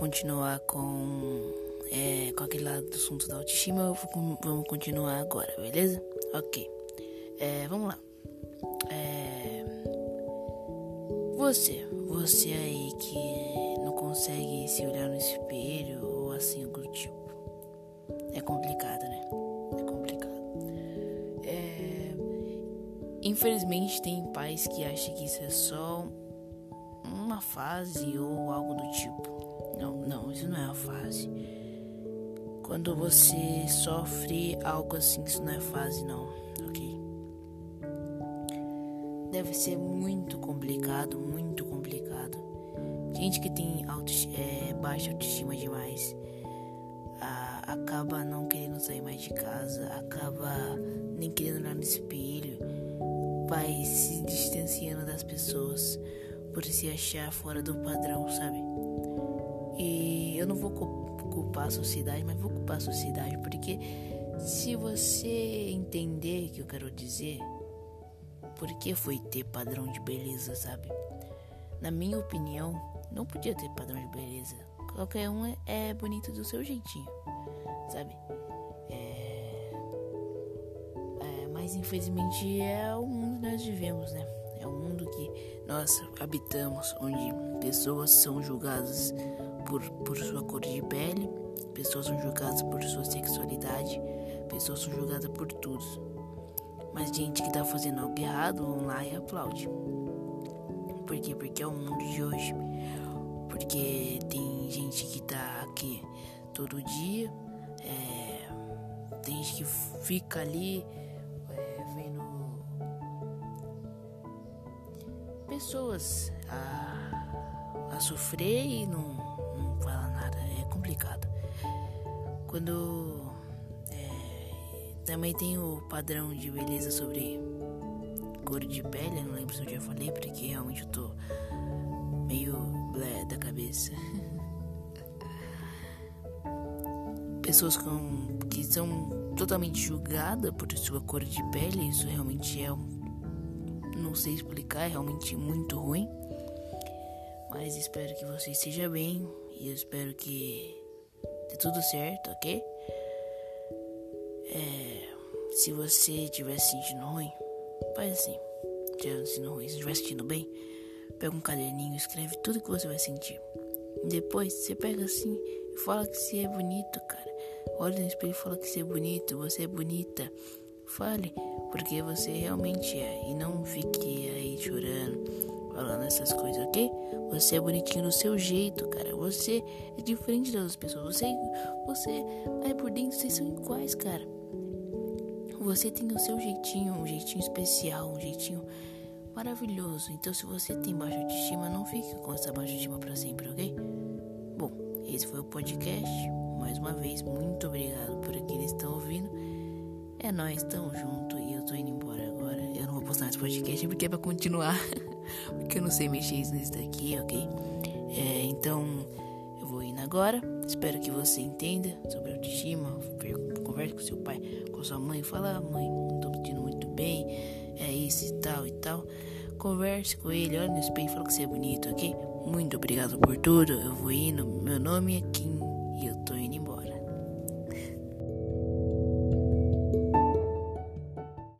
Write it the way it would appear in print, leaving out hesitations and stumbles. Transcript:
continuar com aquele lado do assunto da autoestima, vamos continuar agora, beleza? Ok. Vamos lá. Você aí que não consegue se olhar no espelho ou assim, algo do tipo. É complicado, né? É complicado. Infelizmente tem pais que acham que isso é só uma fase ou algo do tipo. Não, isso não é uma fase. Quando você sofre algo assim, isso não é fase não, ok? Deve ser muito complicado, muito complicado. Gente que tem baixa autoestima demais acaba não querendo sair mais de casa, acaba nem querendo olhar no espelho, vai se distanciando das pessoas por se achar fora do padrão, sabe? E eu não vou culpar a sociedade, mas vou culpar a sociedade, porque se você entender o que eu quero dizer, por que foi ter padrão de beleza, sabe? Na minha opinião, não podia ter padrão de beleza. Qualquer um é bonito do seu jeitinho, sabe? Mas infelizmente é o mundo que nós vivemos, né? É o mundo que nós habitamos, onde pessoas são julgadas por sua cor de pele, pessoas são julgadas por sua sexualidade, pessoas são julgadas por tudo. Mas gente que tá fazendo algo errado, vão lá e aplaude. Por quê? Porque é o mundo de hoje. Porque tem gente que tá aqui todo dia, tem gente que fica ali vendo pessoas a sofrer e não fala nada. É complicado. Quando também tem o padrão de beleza sobre cor de pele, eu não lembro se eu já falei, porque realmente eu tô meio blé da cabeça. Pessoas que são totalmente julgadas por sua cor de pele, isso realmente não sei explicar, é realmente muito ruim. Mas espero que você esteja bem e eu espero que dê tudo certo, ok? Se você estiver se sentindo ruim, faz assim. Se estiver sentindo bem, pega um caderninho e escreve tudo que você vai sentir. E depois você pega assim e fala que você é bonito, cara. Olha no espelho e fala que você é bonito, você é bonita. Fale, porque você realmente é. E não fique aí chorando, falando essas coisas, ok? Você é bonitinho do seu jeito, cara. Você é diferente das outras pessoas. Você aí por dentro, vocês são iguais, cara. Você tem o seu jeitinho, um jeitinho especial, um jeitinho maravilhoso. Então se você tem baixa autoestima, não fique com essa baixa autoestima pra sempre, ok? Bom, esse foi o podcast. Mais uma vez, muito obrigado por aqueles que estão ouvindo. É nóis, tamo junto. E eu tô indo embora agora. Eu não vou postar esse podcast porque é pra continuar. Porque eu não sei mexer nisso daqui, ok? Então eu vou indo agora. Espero que você entenda sobre autoestima. Converse com seu pai, com sua mãe. Fala, mãe, não tô me sentindo muito bem. É isso e tal e tal. Converse com ele, olha no espelho e fala que você é bonito, ok? Muito obrigado por tudo. Eu vou indo. Meu nome é Kim e eu tô